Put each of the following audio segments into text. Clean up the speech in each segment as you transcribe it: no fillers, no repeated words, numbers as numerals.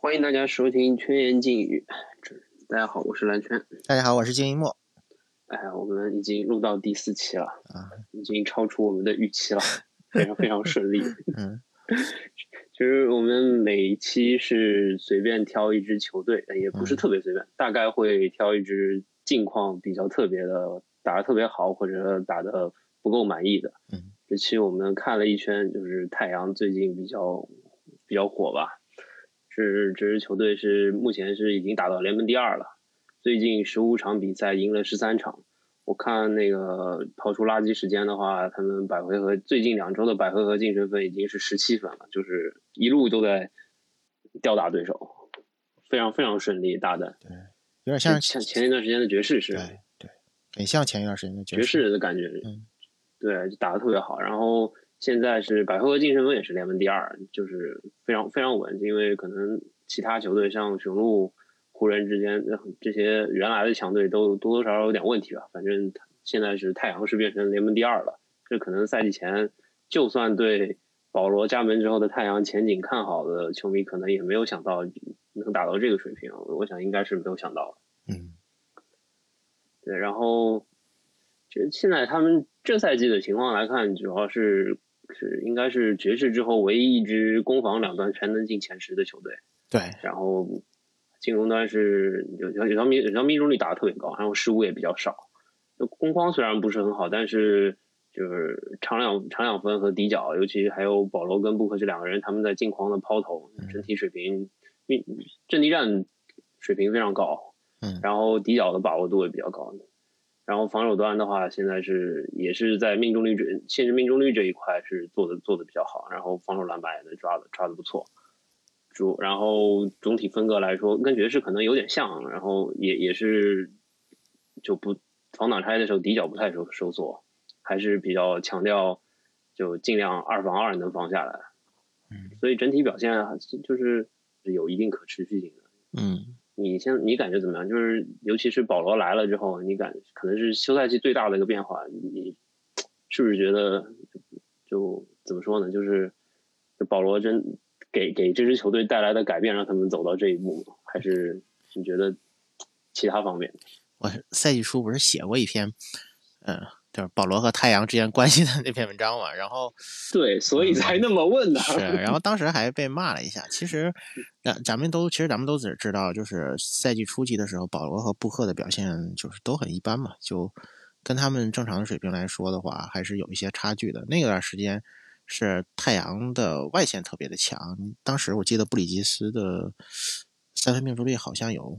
欢迎大家收听圈言静语。大家好，我是蓝圈。 大家好，我是金一墨。 我们已经录到第4期了已经超出我们的预期了，非常非常顺利。其实我们每一期是随便挑一支球队，也不是特别随便，大概会挑一支近况比较特别的，打得特别好或者打得不够满意的。这期我们看了一圈，就是太阳最近比较火吧。这支球队是目前是已经打到联盟第2了，最近15场比赛赢了13场。我看那个抛出垃圾时间的话，他们最近2周的百回合净胜分已经是17分了，就是一路都在吊打对手，非常非常顺利打的。 对，有点像前一段时间的爵士是。 对，很像前一段时间的爵士的感觉。对，打得特别好。然后现在是百回合净胜分也是联盟第2，就是非常非常稳。因为可能其他球队像雄鹿、湖人之间这些原来的强队都多多少少有点问题吧。反正现在是太阳是变成联盟第2了。这可能赛季前就算对保罗加盟之后的太阳前景看好的球迷，可能也没有想到能打到这个水平。我想应该是没有想到的。对，然后现在他们这赛季的情况来看，主要是应该是爵士之后唯一一支攻防两端全能进前10的球队。 对， 然后进攻端是有条命中率打得特别高，然后失误也比较少。就攻框虽然不是很好，但是就是长两分和底角，尤其还有保罗跟布克这2个人，他们在进框的抛投整体水平，阵地战水平非常高。然后底角的把握度也比较高。然后防守端的话，现在也是在限制命中率这一块是做的比较好，然后防守篮板也能抓的不错。然后总体风格来说跟爵士可能有点像，然后也是就不防挡拆的时候底角不太收缩，还是比较强调就尽量2防2能防下来。所以整体表现就是有一定可持续性的。你感觉怎么样？就是尤其是保罗来了之后，可能是休赛期最大的一个变化，你是不是觉得就怎么说呢？就是保罗给这支球队带来的改变，让他们走到这一步吗？还是你觉得其他方面？ 我赛季初不是写过一篇，就是保罗和太阳之间关系的那篇文章嘛，然后对，所以才那么问的。 是，然后当时还被骂了一下。其实咱们都知道，就是赛季初期的时候，保罗和布克的表现就是都很一般嘛，就跟他们正常的水平来说的话，还是有一些差距的。那段时间是太阳的外线特别的强，当时我记得布里吉斯的3分命中率好像有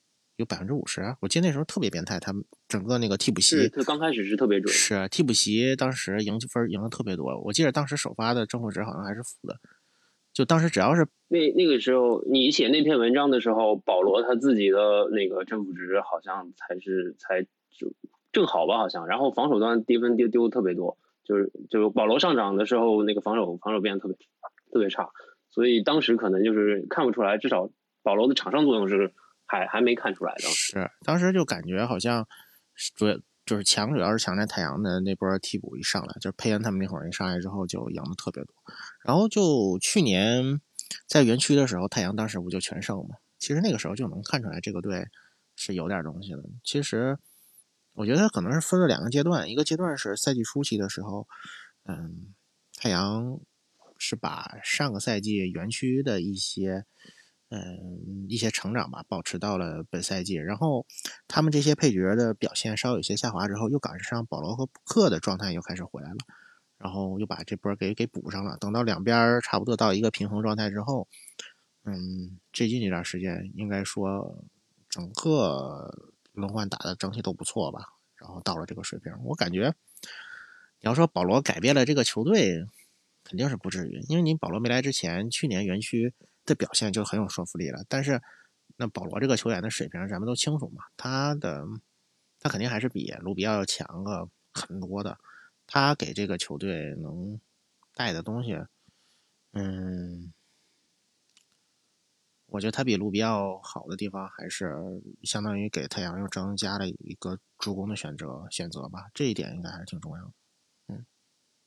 50%，我记得那时候特别变态。他们整个那个替补席， 他刚开始是特别准， 是替补席当时赢分赢的特别多。我记得当时首发的正负值好像还是负的，就当时只要是那个时候你写那篇文章的时候，保罗他自己的那个正负值好像才就正好吧，好像。然后防守端低分丢特别多，就是保罗上场的时候，那个防守变得特别差，所以当时可能就是看不出来，至少保罗的场上作用是还没看出来的。 是当时就感觉好像主要是强在太阳的那波替补一上来，就是佩恩他们那会儿一上来之后就赢的特别多。然后就去年在园区的时候，太阳当时不就全胜嘛？其实那个时候就能看出来这个队是有点东西的。其实我觉得可能是分了2个阶段，一个阶段是赛季初期的时候，太阳是把上个赛季园区的一些成长吧保持到了本赛季，然后他们这些配角的表现稍有些下滑之后，又赶上保罗和布克的状态又开始回来了，然后又把这波给补上了。等到两边差不多到一个平衡状态之后，最近这段时间应该说整个轮换打的整体都不错吧，然后到了这个水平。我感觉你要说保罗改变了这个球队，肯定是不至于，因为你保罗没来之前，去年园区的表现就很有说服力了。但是那保罗这个球员的水平咱们都清楚嘛，他肯定还是比卢比奥要强个很多的。他给这个球队能带的东西，我觉得他比卢比奥好的地方还是相当于给太阳又增加了一个助攻的选择吧，这一点应该还是挺重要的。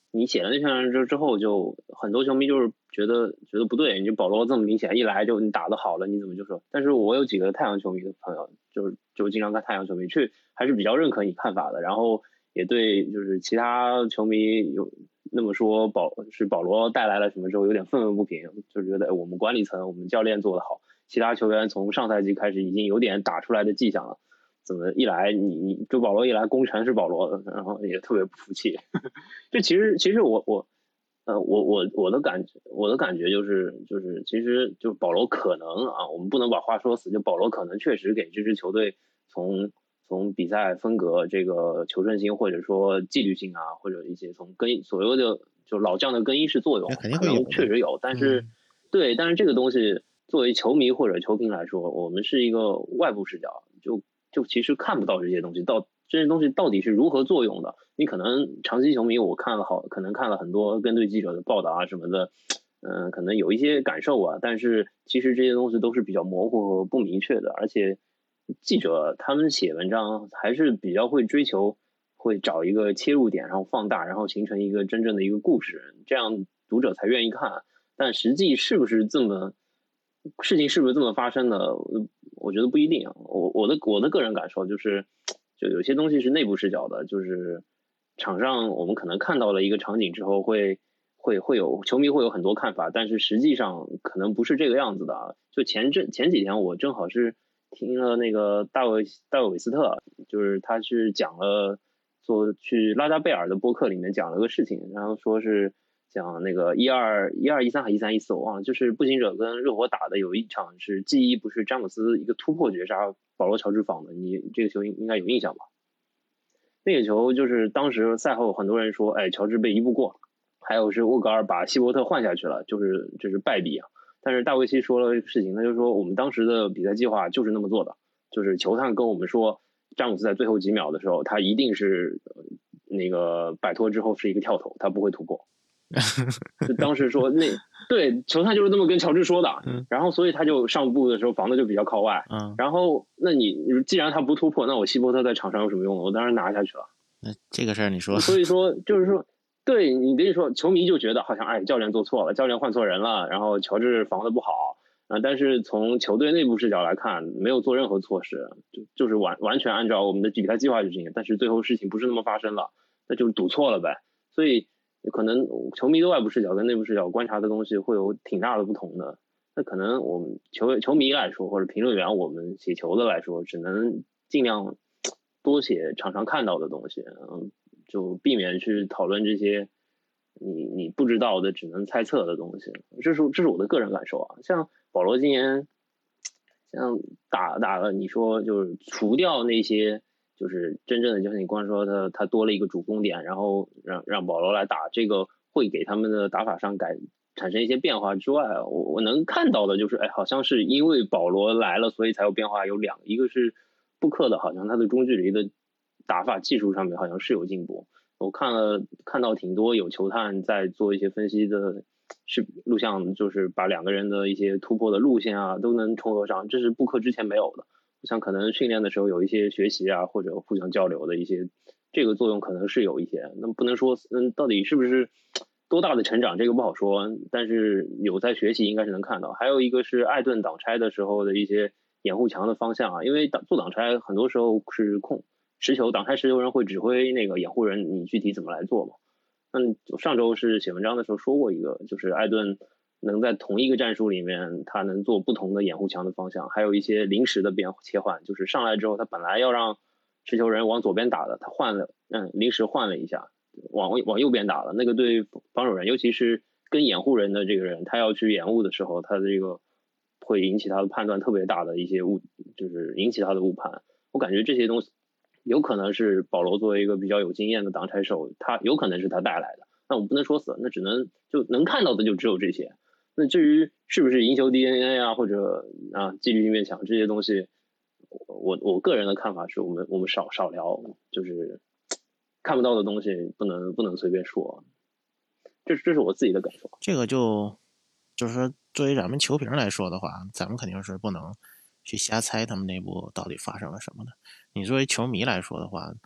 你写了那篇文章之后，就很多球迷就是觉得不对，你就保罗这么明显，一来就你打得好了，你怎么就说？但是我有几个太阳球迷的朋友，就经常看太阳球迷，还是比较认可你看法的，然后也对就是其他球迷有那么说保罗带来了什么之后有点愤愤不平，就觉得我们管理层我们教练做得好，其他球员从上赛季开始已经有点打出来的迹象了。怎么一来你就保罗一来功臣是保罗的，然后也特别不服气。这其实我的感觉就是其实就保罗可能啊，我们不能把话说死，就保罗可能确实给这支球队从比赛风格这个求胜性或者说纪律性啊，或者一些从所谓的就老将的更衣室作用，可能确实有，但是对，但是这个东西作为球迷或者球评来说，我们是一个外部视角，就其实看不到这些东西这些东西到底是如何作用的。你可能长期球迷，我可能看了很多跟队记者的报道啊什么的，可能有一些感受啊，但是其实这些东西都是比较模糊和不明确的，而且记者他们写文章还是比较会追求，会找一个切入点，然后放大，然后形成一个真正的一个故事，这样读者才愿意看。但实际事情是不是这么发生的？我觉得不一定。我的个人感受就是，就有些东西是内部视角的，就是场上我们可能看到了一个场景之后会有球迷会有很多看法，但是实际上可能不是这个样子的。就前几天我正好是听了那个大卫韦斯特，就是他是讲了去拉加贝尔的播客里面讲了个事情，然后说是讲那个12-13还13-14我忘了，就是步行者跟热火打的有一场是G1，不是詹姆斯一个突破绝杀保罗乔治防的，你这个球应该有印象吧？那个球就是当时赛后很多人说，哎，乔治被一步过，还有是沃格尔把希伯特换下去了，这是败笔啊。但是大卫西说了一个事情，他就说我们当时的比赛计划就是那么做的，就是球探跟我们说，詹姆斯在最后几秒的时候，他一定是那个摆脱之后是一个跳投，他不会突破。就当时说对球探就是这么跟乔治说的，然后所以他就上步的时候防的就比较靠外，然后那你既然他不突破，那我希伯特在场上有什么用呢？我当然拿下去了。 那这个事儿你说， 所以说就是说，对你跟你说，球迷就觉得好像哎，教练做错了，教练换错人了，然后乔治防的不好但是从球队内部视角来看，没有做任何措施，就是完全按照我们的比赛计划去进行，但是最后事情不是那么发生了，那就是赌错了呗。所以可能球迷的外部视角跟内部视角观察的东西会有挺大的不同的。那可能我们球迷来说，或者评论员我们写球的来说，只能尽量多写场上看到的东西，就避免去讨论这些你不知道的只能猜测的东西。这是我的个人感受啊。像保罗今年像打了，你说就是除掉那些就是真正的，就是你光说他多了一个主攻点，然后让保罗来打，这个会给他们的打法上产生一些变化之外，我能看到的就是，哎，好像是因为保罗来了，所以才有变化。有一个是布克的，好像他的中距离的打法技术上面好像是有进步。我看到挺多有球探在做一些分析的录像，就是把两个人的一些突破的路线啊都能重合上，这是布克之前没有的。我想可能训练的时候有一些学习啊，或者互相交流的一些这个作用可能是有一些。那不能说到底是不是多大的成长，这个不好说，但是有在学习应该是能看到。还有一个是艾顿挡拆的时候的一些掩护墙的方向啊，因为做挡拆很多时候是挡拆持球人会指挥那个掩护人你具体怎么来做嘛。上周是写文章的时候说过一个，就是艾顿能在同一个战术里面，他能做不同的掩护墙的方向，还有一些临时的切换，就是上来之后他本来要让持球人往左边打的，他临时换了一下，往右边打了，那个对防守人，尤其是跟掩护人的这个人，他要去掩护的时候，他的这个会引起他的判断特别大的一些就是引起他的误判。我感觉这些东西有可能是保罗作为一个比较有经验的挡拆手，他有可能是他带来的。那我不能说死，那只能就能看到的就只有这些。那至于是不是赢球 DNA 啊，或者纪律性变强这些东西，我个人的看法是我们少聊，就是看不到的东西不能随便说。这是我自己的感受。 这个就是说，作为咱们球评来说的话，咱们肯定是不能去瞎猜他们内部到底发生了什么的。你作为球迷来说的话，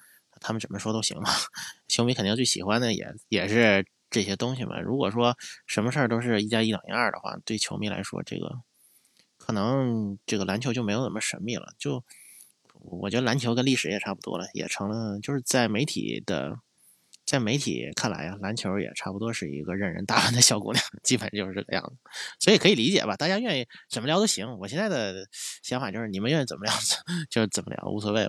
他们怎么说都行嘛。球迷肯定最喜欢的也是这些东西嘛。如果说什么事儿都是1+1等于2的话，对球迷来说，这个可能这个篮球就没有那么神秘了。就我觉得篮球跟历史也差不多了，也成了就是在媒体看来啊，篮球也差不多是一个任人打扮的小姑娘，基本就是这个样子。所以可以理解吧，大家愿意怎么聊都行。我现在的想法就是你们愿意怎么聊就怎么聊，无所谓。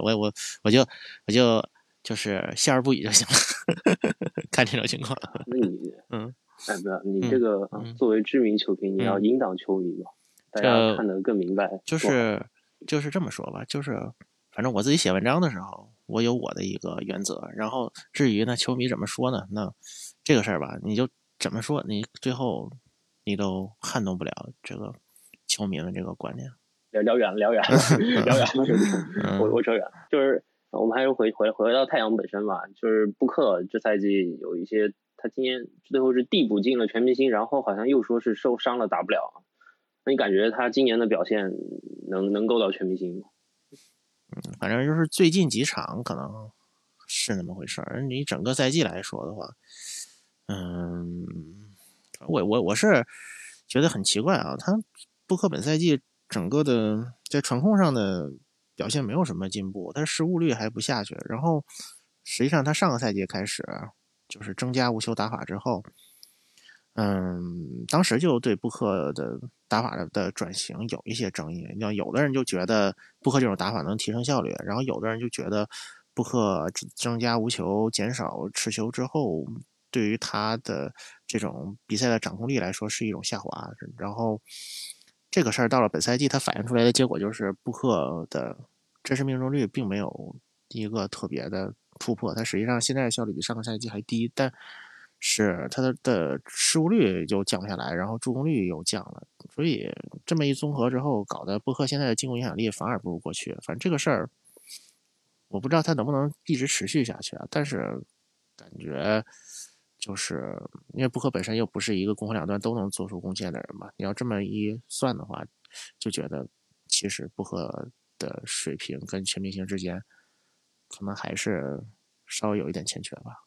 我就是笑而不语就行了。看这种情况。 那你不要你这个作为知名球评，你要引导球迷嘛，大家看得更明白。 就是这么说吧，就是反正我自己写文章的时候，我有我的一个原则。然后至于呢，球迷怎么说呢？那这个事儿吧，你就怎么说，你最后你都撼动不了这个球迷的这个观念。 聊远了，我扯远了。就是我们还是回到太阳本身吧。就是布克这赛季有一些，他今年最后是递补进了全明星，然后好像又说是受伤了打不了。那你感觉他今年的表现能够到全明星吗？ 反正就是最近几场可能是那么回事儿。你整个赛季来说的话，我是觉得很奇怪啊。他布克本赛季整个的在传控上的表现没有什么进步，他失误率还不下去。然后实际上他上个赛季开始就是增加无球打法之后，当时就对布克的打法的转型有一些争议。有的人就觉得布克这种打法能提升效率，然后有的人就觉得布克增加无球、减少持球之后，对于他的这种比赛的掌控力来说是一种下滑。然后这个事儿到了本赛季，他反映出来的结果就是布克的真实命中率并没有一个特别的突破，他实际上现在的效率比上个赛季还低，但是他的失误率就降不下来，然后助攻率又降了。所以这么一综合之后，搞得布克现在的进攻影响力反而不如过去。反正这个事儿我不知道他能不能一直持续下去啊，但是感觉就是因为布克本身又不是一个攻防两端都能做出贡献的人嘛，你要这么一算的话，就觉得其实布克的水平跟全明星之间可能还是稍微有一点欠缺吧。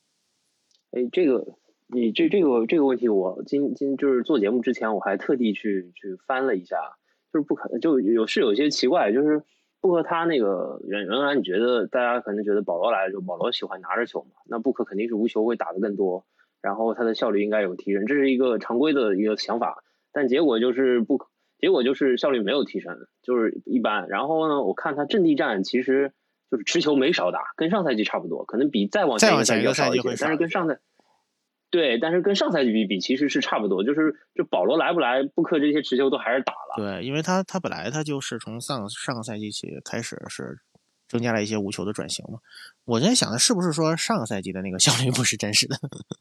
你这个问题，我就是做节目之前，我还特地去翻了一下。就是不可能就有些奇怪。就是布克他那个原来你觉得大家可能觉得保罗来了之后，保罗喜欢拿着球嘛，那布克肯定是无球会打得更多，然后他的效率应该有提升，这是一个常规的一个想法。但结果就是效率没有提升，就是一般。然后呢，我看他阵地战其实就是持球没少打，跟上赛季差不多，可能比再往前一个赛季要少一些，但是跟上赛季比其实是差不多。就是保罗来不来，布克这些持球都还是打了。 对，因为他本来他就是从上个赛季起开始是增加了一些无球的转型嘛。我在想的是不是说上个赛季的那个效率不是真实的？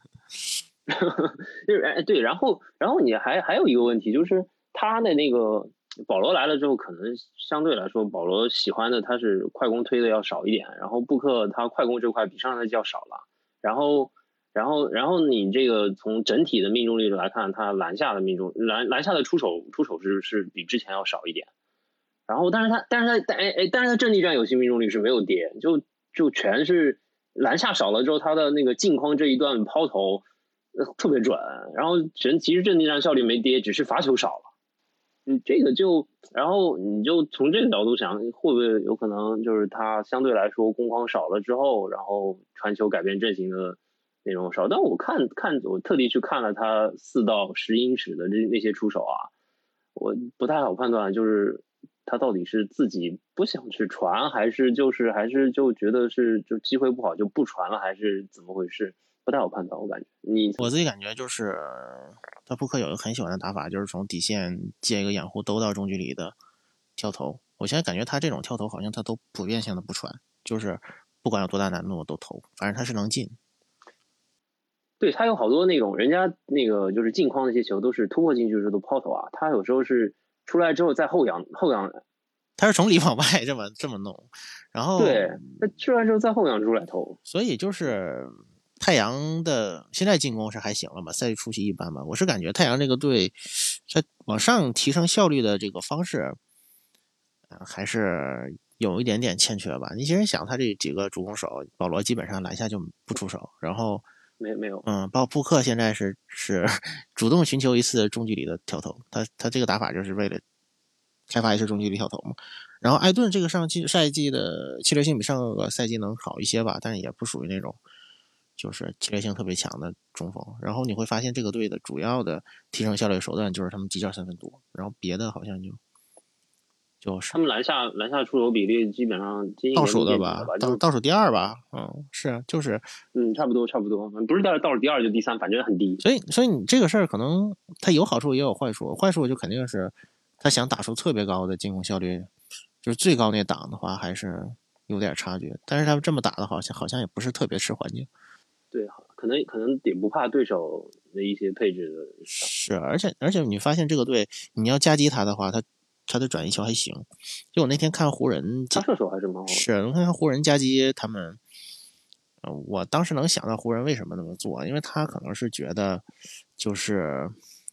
就是对，然后你还有一个问题，就是他的那个保罗来了之后，可能相对来说保罗喜欢的他是快攻推的要少一点，然后布克他快攻这块比上赛季要少了。然后你这个从整体的命中率来看，他篮下的出手是比之前要少一点。然后但是他阵地战有些命中率是没有跌，就全是篮下少了之后，他的那个近框这一段抛投特别准。然后其实阵地战效率没跌，只是罚球少了。这个然后你就从这个角度想，会不会有可能就是他相对来说攻框少了之后，然后传球改变阵型的那种少。但我我特地去看了他4到10英尺的那些出手啊，我不太好判断，就是他到底是自己不想去传，还是就觉得是就机会不好就不传了，还是怎么回事？不太好判断。我感觉我自己感觉就是他布克有一个很喜欢的打法，就是从底线借一个掩护兜到中距离的跳投。我现在感觉他这种跳投好像他都普遍性的不传，就是不管有多大难度都投，反正他是能进。 对，他有好多那种人家那个就是近框那些球都是突破进去的时候都抛投啊，他有时候是出来之后再后仰， 他是从里往外这么弄，然后对，他出来之后再后仰出来投。 所以就是太阳的现在进攻是还行了嘛，赛季初期一般吧。我是感觉太阳这个队在往上提升效率的这个方式，还是有一点点欠缺吧。你其实想，他这几个主攻手，保罗基本上篮下就不出手，然后没有， 包括布克现在是主动寻求一次中距离的跳投，他这个打法就是为了开发一次中距离跳投嘛。然后艾顿这个赛季的侵略性比上个赛季能好一些吧，但是也不属于那种就是侵略性特别强的中锋。然后你会发现这个队的主要的提升效率手段就是他们击角三分多，然后别的好像就是他们篮下出手比例基本上接近倒数的吧， 倒数第二吧，是就是差不多，不是倒数第二就第三，反正很低。 所以你这个事儿可能它有好处也有坏处，坏处就肯定是他想打出特别高的进攻效率，就是最高那档的话还是有点差距，但是他这么打的好像也不是特别吃环境。 对，可能也不怕对手的一些配置的。 是，而且你发现这个队，你要夹击他的话，他的转移球还行。就我那天看湖人， 他射手还是蛮好的。 是，我看湖人夹击他们，我当时能想到湖人为什么那么做，因为他可能是觉得，就是，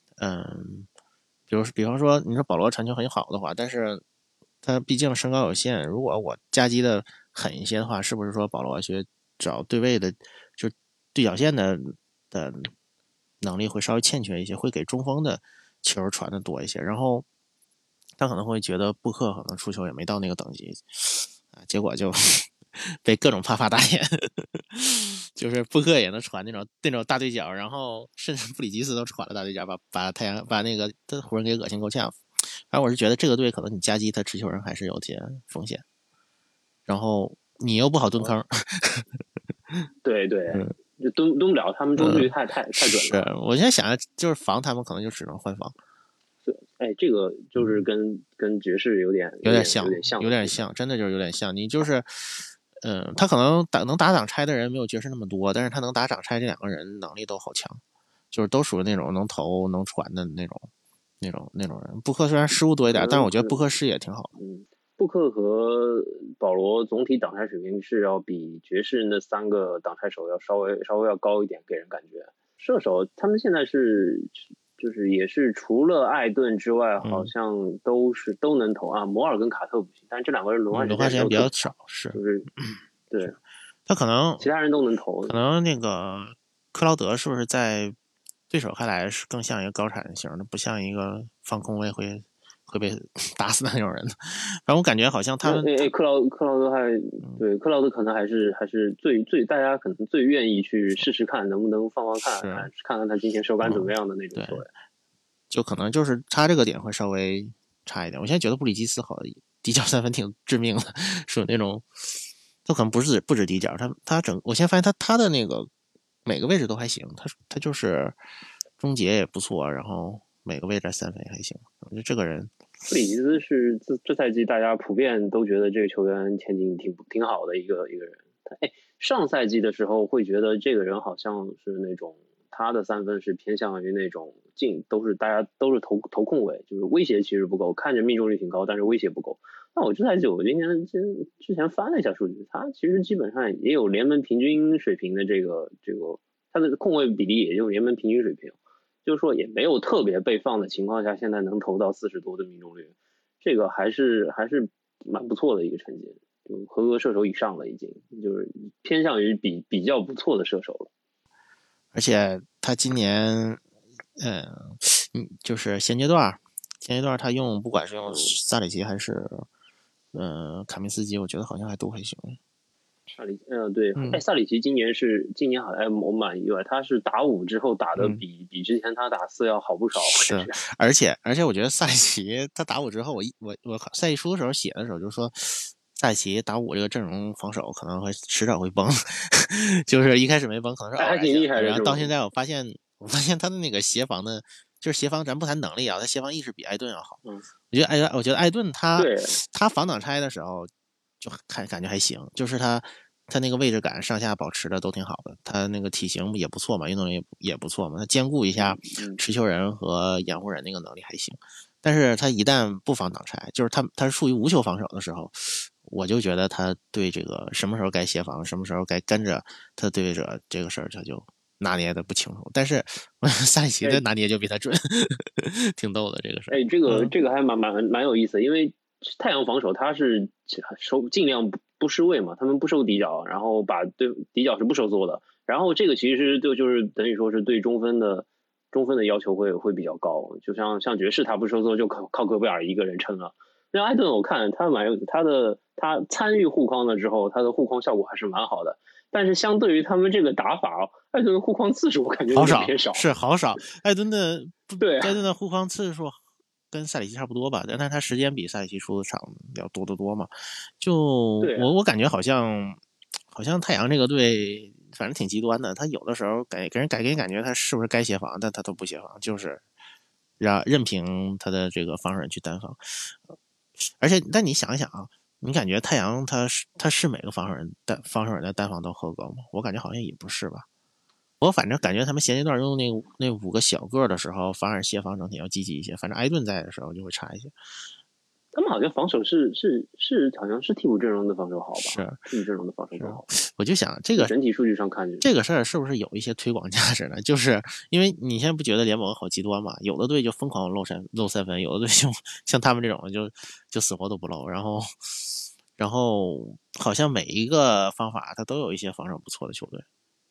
比方说，你说保罗传球很好的话，但是他毕竟身高有限，如果我夹击的狠一些的话，是不是说保罗去找对位的，就对角线的能力会稍微欠缺一些，会给中锋的球传的多一些，然后他可能会觉得布克可能出球也没到那个等级，结果就被各种啪啪打脸，就是布克也能传那种大对角，然后甚至布里吉斯都传了大对角，把那个湖人给恶心够呛。反正我是觉得这个队可能你夹击他持球人还是有些风险，然后你又不好蹲坑。 对，就蹲不了，他们中距离太准了。 是，我现在想就是防他们，可能就只能换防。 这个就是跟爵士有点像， 真的就是有点像。你就是，他可能能打挡拆的人没有爵士那么多，但是他能打挡拆这两个人能力都好强，就是都属于那种能投能传的那种人。布克虽然失误多一点，但是我觉得布克视野挺好的。 布克和保罗总体挡拆水平是要比爵士那三个挡拆手要稍微要高一点，给人感觉。射手他们现在就是也是除了艾顿之外，好像都能投啊。摩尔跟卡特不行，但是这两个人轮换时间比较少，是就是对， 他可能其他人都能投， 可能那个克劳德是不是在对手看来是更像一个高产型的，不像一个放空位会被打死的那种人。反正我感觉好像他们克劳德对克劳德可能还是最大家可能最愿意去试试看能不能放看看他今天手感怎么样的那种球员。 就可能就是他这个点会稍微差一点。我现在觉得布里基斯好底角三分挺致命的，属于那种他可能不止底角，我现在发现他的那个每个位置都还行，他就是终结也不错，然后每个位置三分也还行。我觉得这个人布里吉斯是这赛季大家普遍都觉得这个球员前景挺好的一个人。上赛季的时候会觉得这个人好像是那种他的三分是偏向于那种大家都是投控位，就是威胁其实不够，看着命中率挺高，但是威胁不够。那我这赛季我今年之前翻了一下数据，他其实基本上也有联盟平均水平的这个他的控卫比例也就联盟平均水平。就是说也没有特别被放的情况下，现在能投到40多的命中率，这个还是蛮不错的一个成绩，就合格射手以上了，已经就是偏向于比较不错的射手了。 而且他今年，就是现阶段他用不管是用萨里奇还是卡明斯基，我觉得好像还都还行。 对，萨里奇今年好像我蛮意外，他是打5之后打的比之前他打4要好不少。 是，而且我觉得萨里奇他打5之后，我赛季初的时候写的时候就说，萨里奇打5这个阵容防守可能会迟早会崩，就是一开始没崩，可能是还挺厉害的。 然后到现在我发现他的那个协防的，就是协防咱不谈能力啊，他协防意识比艾顿要好。我觉得艾顿他防挡拆的时候就感觉还行，就是他那个位置感上下保持的都挺好的，他那个体型也不错嘛，运动也不错嘛，他兼顾一下持球人和掩护人那个能力还行。但是他一旦不防挡拆，就是他是属于无球防守的时候，我就觉得他对这个什么时候该协防，什么时候该跟着他对者这个事儿，他就拿捏的不清楚。但是萨里奇的拿捏就比他准，挺逗的这个事儿。 这个还蛮有意思，因为太阳防守他是尽量不失位嘛，他们不收底角，然后把底角是不收缩的，然后这个其实就是等于说是对中锋的要求会比较高，就像爵士他不收缩就靠戈贝尔一个人撑了。那艾顿我看他参与护框了之后，他的护框效果还是蛮好的，但是相对于他们这个打法，艾顿的护框次数我感觉有点偏少， 是好少。艾顿的护框次数跟塞里奇差不多吧，但他时间比塞里奇出的场要多得多嘛。就我感觉好像太阳这个队反正挺极端的，他有的时候给人感觉他是不是该协防，但他都不协防，就是任凭他的这个防守人去单防。而且但你想一想啊，你感觉太阳他是每个防守人的单防都合格吗？我感觉好像也不是吧。我反正感觉他们衔接段用那5个小个的时候，反而协防整体要积极一些。反正埃顿在的时候就会差一些。 他们好像防守是好像是替补阵容的防守好吧？ 是替补阵容的防守更好。 我就想这个整体数据上看， 这个事儿是不是有一些推广价值呢？就是因为你现在不觉得联盟好极端嘛？有的队就疯狂漏三分，有的队就像他们这种就死活都不漏，然后好像每一个方法它都有一些防守不错的球队。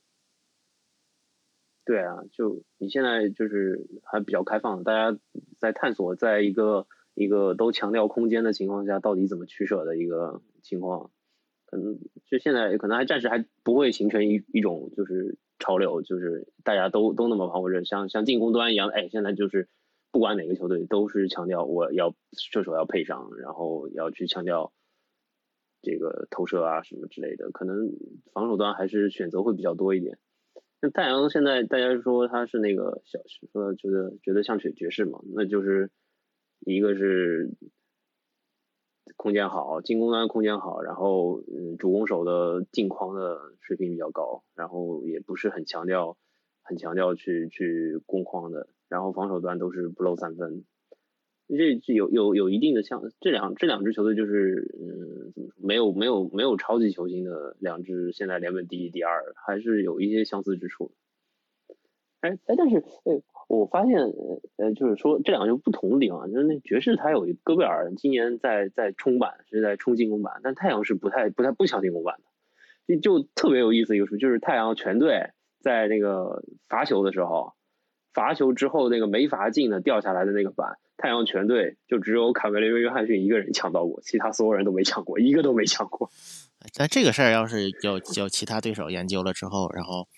对啊，就你现在就是还比较开放，大家在探索，在一个都强调空间的情况下，到底怎么取舍的一个情况，可能就现在可能暂时还不会形成一种就是潮流，就是大家都那么防，或者像进攻端一样，现在就是不管哪个球队都是强调我要射手要配上，然后要去强调这个投射啊什么之类的，可能防守端还是选择会比较多一点。那太阳现在大家说他是那个说觉得像爵士嘛，那就是一个是空间好，进攻端空间好，然后主攻手的进框的水平比较高，然后也不是很强调去攻框的，然后防守端都是不漏三分。这有一定的像这两支球队就是怎么说没有超级球星的两支现在联盟第一第二，还是有一些相似之处。但是我发现就是说这两个就不同的地方，就是那爵士他有戈贝尔今年在冲板是在冲进攻板，但太阳是不抢进攻板的，就特别有意思一个数，就是太阳全队在那个罚球的时候，罚球之后那个没罚进的掉下来的那个板，太阳全队就只有卡梅利约翰逊一个人抢到过，其他所有人都没抢过，一个都没抢过。 但这个事儿要是有其他对手研究了之后，然后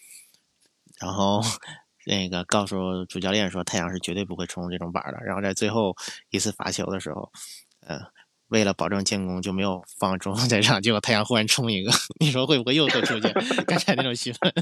那个告诉主教练说太阳是绝对不会冲这种板的，然后在最后一次罚球的时候，为了保证进攻就没有放中锋在场，结果太阳忽然冲一个，你说会不会又出现刚才那种新闻？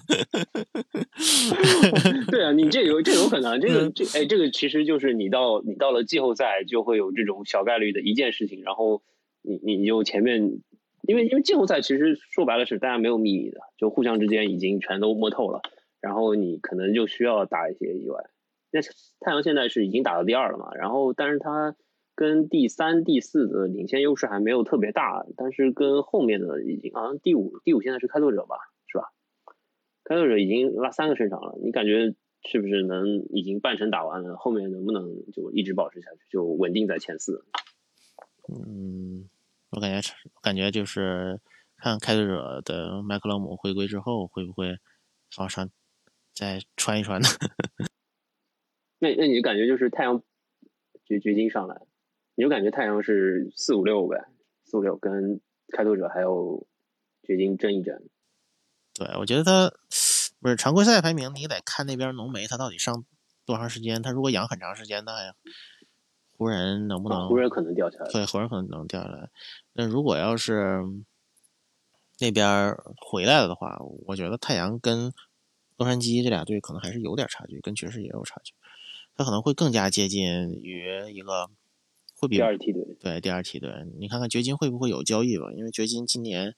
对啊，你这有可能，这个其实就是你到了季后赛就会有这种小概率的一件事情，然后你就前面，因为季后赛其实说白了是大家没有秘密的，就互相之间已经全都摸透了，然后你可能就需要打一些意外。那太阳现在是已经打到第2了嘛，然后但是他跟第3、第4的领先优势还没有特别大，但是跟后面的已经好像第五现在是开拓者吧，是吧？开拓者已经拉3个胜场了，你感觉是不是能已经半程打完了？后面能不能就一直保持下去，就稳定在前4？ 我感觉就是看开拓者的麦克勒姆回归之后，会不会往上再传一传呢？ 那你就感觉就是太阳掘金上来，你就感觉太阳是4、5、6呗，4、5、6跟开拓者还有掘金争一争。 对，我觉得他不是常规赛排名，你得看那边浓眉他到底上多长时间。他如果养很长时间，那湖人能不能？ 湖人可能掉下来。 对，湖人可能能掉下来。那如果要是那边回来了的话，我觉得太阳跟洛杉矶这俩队可能还是有点差距，跟爵士也有差距。他可能会更加接近于一个会比第2梯队。 对，第2梯队。你看看掘金会不会有交易吧？因为掘金今年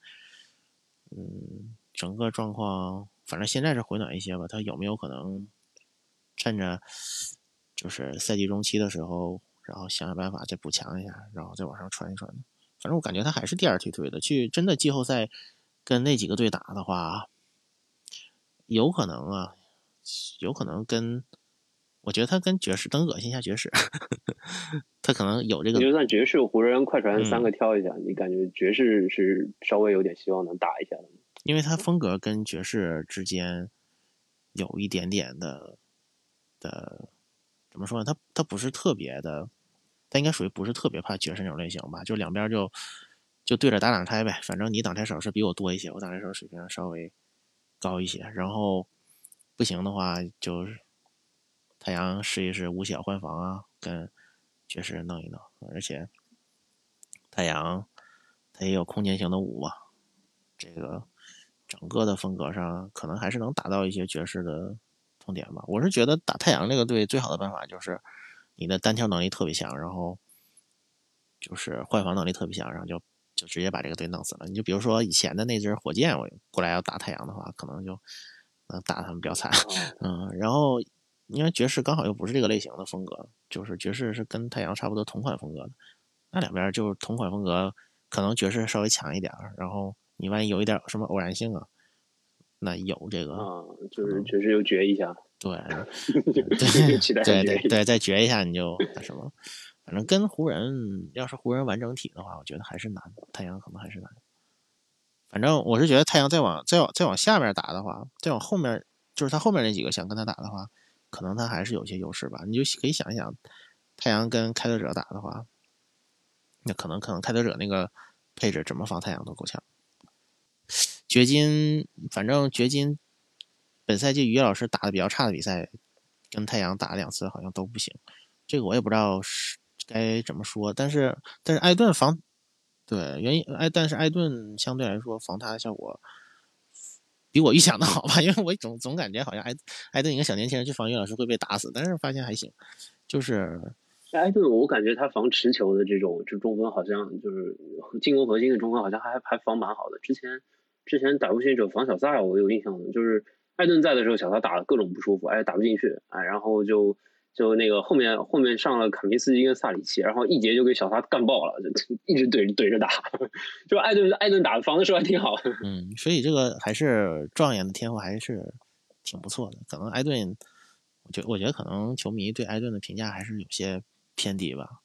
整个状况反正现在是回暖一些吧，他有没有可能趁着就是赛季中期的时候，然后想办法再补强一下，然后再往上传一传？反正我感觉他还是第2梯队的，去真的季后赛跟那几个队打的话，有可能跟我觉得他跟爵士能恶心一下爵士，他可能有这个。 你就算爵士、湖人、快船三个挑一下，你感觉爵士是稍微有点希望能打一下的吗？ 因为他风格跟爵士之间有一点点的怎么说呢？他不是特别的，他应该属于不是特别怕爵士那种类型吧？就两边就对着打挡拆呗，反正你挡拆手是比我多一些，我挡拆手水平稍微高一些，然后不行的话就是太阳试一试五小换防啊，跟爵士弄一弄，而且太阳它也有空间型的五嘛，这个整个的风格上可能还是能达到一些爵士的痛点吧。我是觉得打太阳这个队最好的办法就是你的单挑能力特别强，然后就是换防能力特别强，然后就直接把这个队弄死了。你就比如说以前的那支火箭，我过来要打太阳的话，可能就能打他们比较惨。然后因为爵士刚好又不是这个类型的风格，就是爵士是跟太阳差不多同款风格的，那两边就是同款风格，可能爵士稍微强一点，然后你万一有一点什么偶然性啊，那有这个就是爵士又绝一下， 对又期待对绝一下， 对，再绝一下你就那什么。反正跟湖人，要是湖人完整体的话，我觉得还是难，太阳可能还是难。反正我是觉得太阳再往下面打的话，再往后面就是他后面那几个想跟他打的话，可能他还是有些优势吧。你就可以想一想，太阳跟开拓者打的话，那可能开拓者那个配置怎么防太阳都够呛。掘金，反正掘金本赛季于老师打的比较差的比赛，跟太阳打2次好像都不行。这个我也不知道是该怎么说，但是艾顿防对原因但是艾顿相对来说防他的效果比我预想的好吧，因为我总感觉好像艾顿一个小年轻人去防于老师会被打死，但是发现还行，就是艾顿，我感觉他防持球的这种中锋好像就是进攻核心的中锋，好像还防蛮好的。之前打步行者防小萨，我有印象的，就是艾顿在的时候，小萨打的各种不舒服，打不进去，然后就那个后面上了卡明斯基跟萨里奇，然后一节就给小萨干爆了，就一直怼着打，就艾顿打防的时候还挺好。 所以这个还是状元的天赋还是挺不错的。可能艾顿，我觉得可能球迷对艾顿的评价还是有些偏低吧。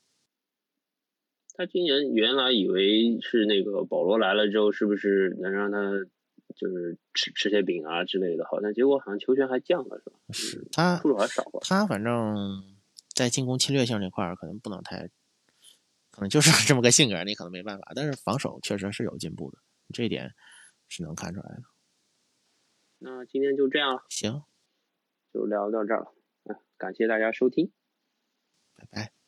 他今年原来以为是那个保罗来了之后，是不是能让他就是吃些饼啊之类的？好像结果好像球权还降了，是吧？ 是出手还少了。 他反正在进攻侵略性这块可能不能太，可能就是这么个性格，你可能没办法。但是防守确实是有进步的，这一点是能看出来的。 那今天就这样了， 行， 就聊到这儿了。感谢大家收听， 拜拜。